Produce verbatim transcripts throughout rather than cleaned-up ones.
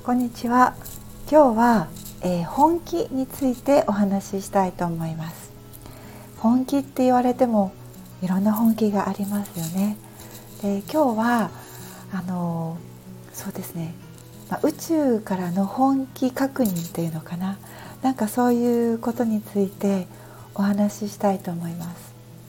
こんにちは。今日は、えー、本気についてお話ししたいと思います。本気って言われてもいろんな本気がありますよね。で、今日はあのー、そうですね、まあ、宇宙からの本気確認っていうのかな、なんかそういうことについてお話ししたいと思います。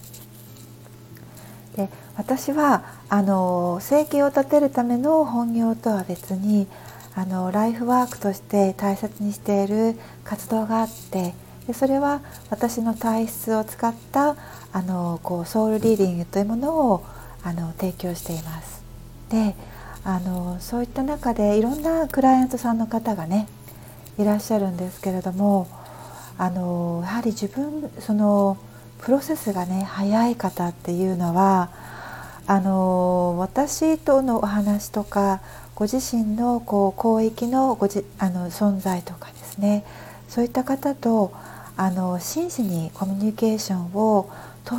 で、私はあの生計を立てるための本業とは別にあのライフワークとして大切にしている活動があって、でそれは私の体質を使ったあのこうソウルリーディングというものをあの提供しています。であのそういった中でいろんなクライアントさんの方がねいらっしゃるんですけれども、あのやはり自分そのプロセスがね早い方っていうのはあの私とのお話とかご自身のこう広域のごじあの存在とかですね、そういった方とあの真摯にコミュニケーションをとって、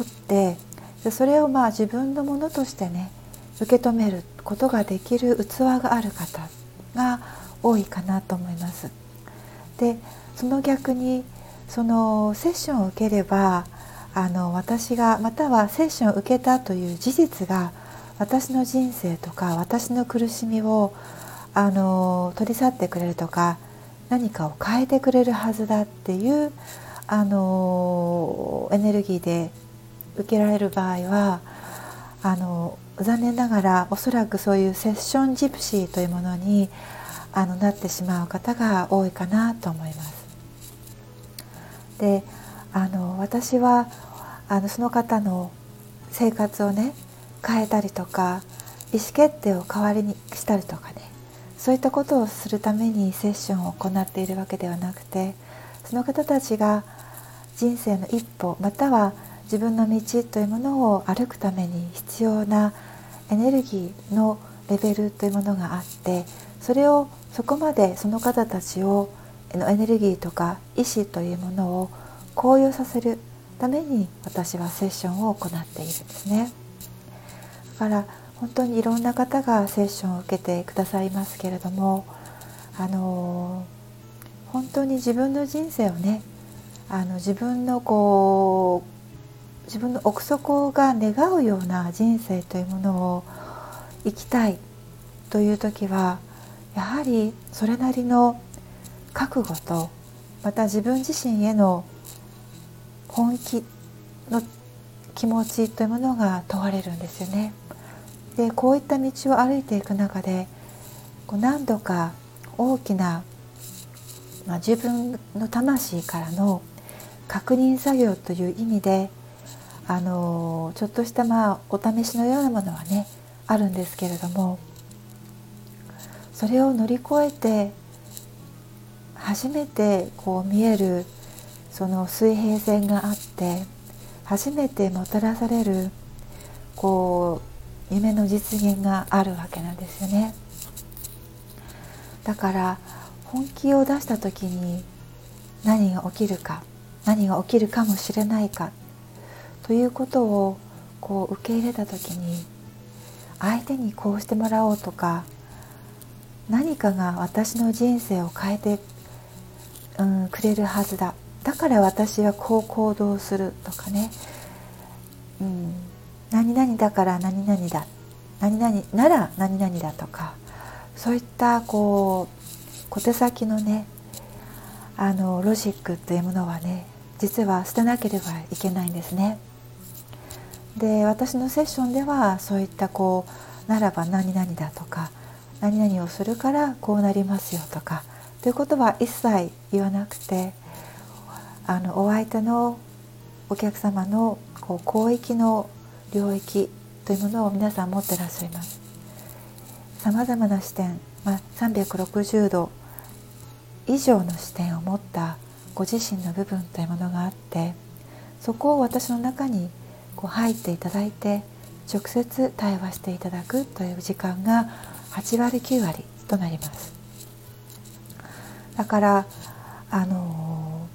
でそれをまあ自分のものとしてね受け止めることができる器がある方が多いかなと思います。でその逆にそのセッションを受ければあの私がまたはセッションを受けたという事実が私の人生とか私の苦しみをあの取り去ってくれるとか何かを変えてくれるはずだっていうあのエネルギーで受けられる場合はあの残念ながらおそらくそういうセッションジプシーというものにあのなってしまう方が多いかなと思います。であの私はあのその方の生活をね変えたりとか意思決定を代わりにしたりとかね、そういったことをするためにセッションを行っているわけではなくて、その方たちが人生の一歩または自分の道というものを歩くために必要なエネルギーのレベルというものがあって、それをそこまでその方たちをのエネルギーとか意志というものを高揚させるために私はセッションを行っているんですね。だから本当にいろんな方がセッションを受けてくださいますけれども、あの本当に自分の人生をねあの自分のこう自分の奥底が願うような人生というものを生きたいという時はやはりそれなりの覚悟とまた自分自身への本気の気持ちというものが問われるんですよね。でこういった道を歩いていく中でこう何度か大きな、まあ、自分の魂からの確認作業という意味であのちょっとしたまあお試しのようなものはねあるんですけれども、それを乗り越えて初めてこう見えるその水平線があって初めてもたらされるこう夢の実現があるわけなんですよね。だから本気を出した時に何が起きるか何が起きるかもしれないかということをこう受け入れた時に相手にこうしてもらおうとか何かが私の人生を変えて、うん、くれるはずだ、だから私はこう行動するとかね、うん、何々だから何々だ何々なら何々だとか、そういったこう小手先のねあのロジックというものはね実は捨てなければいけないんですね。で私のセッションではそういったこうならば何々だとか何々をするからこうなりますよとかということは一切言わなくて、あのお相手のお客様のこう広域の領域というものを皆さん持ってらっしゃいます。さまざまな視点、まあ、さんびゃくろくじゅうど以上の視点を持ったご自身の部分というものがあって、そこを私の中にこう入っていただいて直接対話していただくという時間がはちわりきゅうわりとなります。だからあの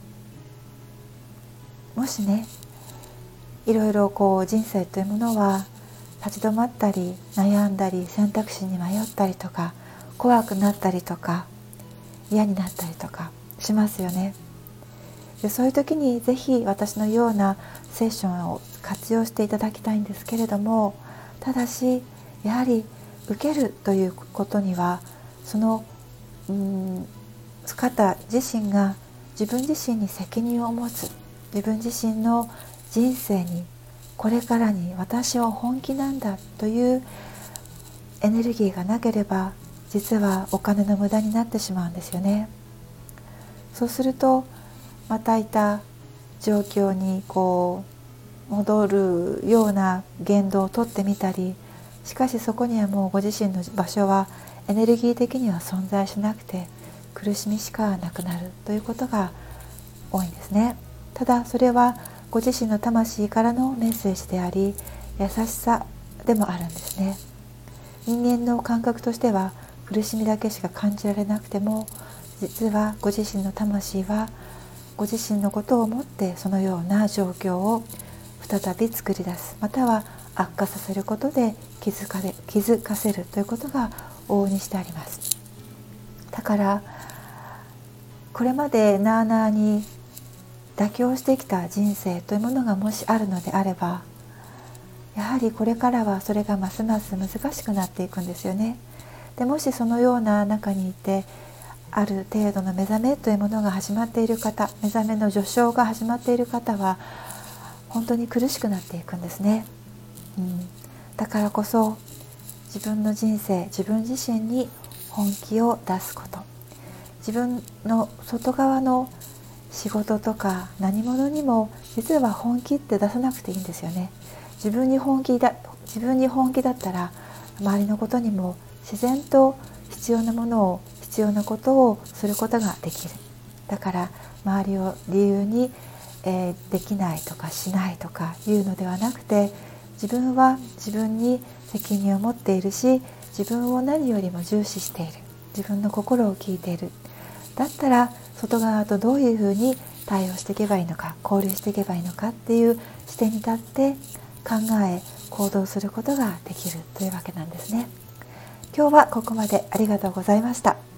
もしねいろいろこう人生というものは立ち止まったり悩んだり選択肢に迷ったりとか怖くなったりとか嫌になったりとかしますよね。でそういう時にぜひ私のようなセッションを活用していただきたいんですけれども、ただしやはり受けるということにはそのうん方自身が自分自身に責任を持つ、自分自身の人生にこれからに私は本気なんだというエネルギーがなければ、実はお金の無駄になってしまうんですよね。そうするとまたいた状況にこう戻るような言動をとってみたり、しかしそこにはもうご自身の場所はエネルギー的には存在しなくて苦しみしかなくなるということが多いんですね。ただそれはご自身の魂からのメッセージであり、優しさでもあるんですね。人間の感覚としては苦しみだけしか感じられなくても、実はご自身の魂はご自身のことを思ってそのような状況を再び作り出す、または悪化させることで気づかれ、気づかせるということが往々にしてあります。だからこれまでなあなあに妥協してきた人生というものがもしあるのであれば、やはりこれからはそれがますます難しくなっていくんですよね。でもしそのような中にいて、ある程度の目覚めというものが始まっている方、目覚めの序章が始まっている方は本当に苦しくなっていくんですね、うん、だからこそ自分の人生、自分自身に本気を出すこと、自分の外側の仕事とか何者にも実は本気って出さなくていいんですよね。自分に本気だ、自分に本気だったら周りのことにも自然と必要なものを、必要なことをすることができる。だから周りを理由に、えー、できないとかしないとかいうのではなくて、自分は自分に責任を持っているし、自分を何よりも重視している、自分の心を聞いている。だったら外側とどういうふうに対応していけばいいのか、交流していけばいいのかっていう視点に立って考え行動することができるというわけなんですね。今日はここまでありがとうございました。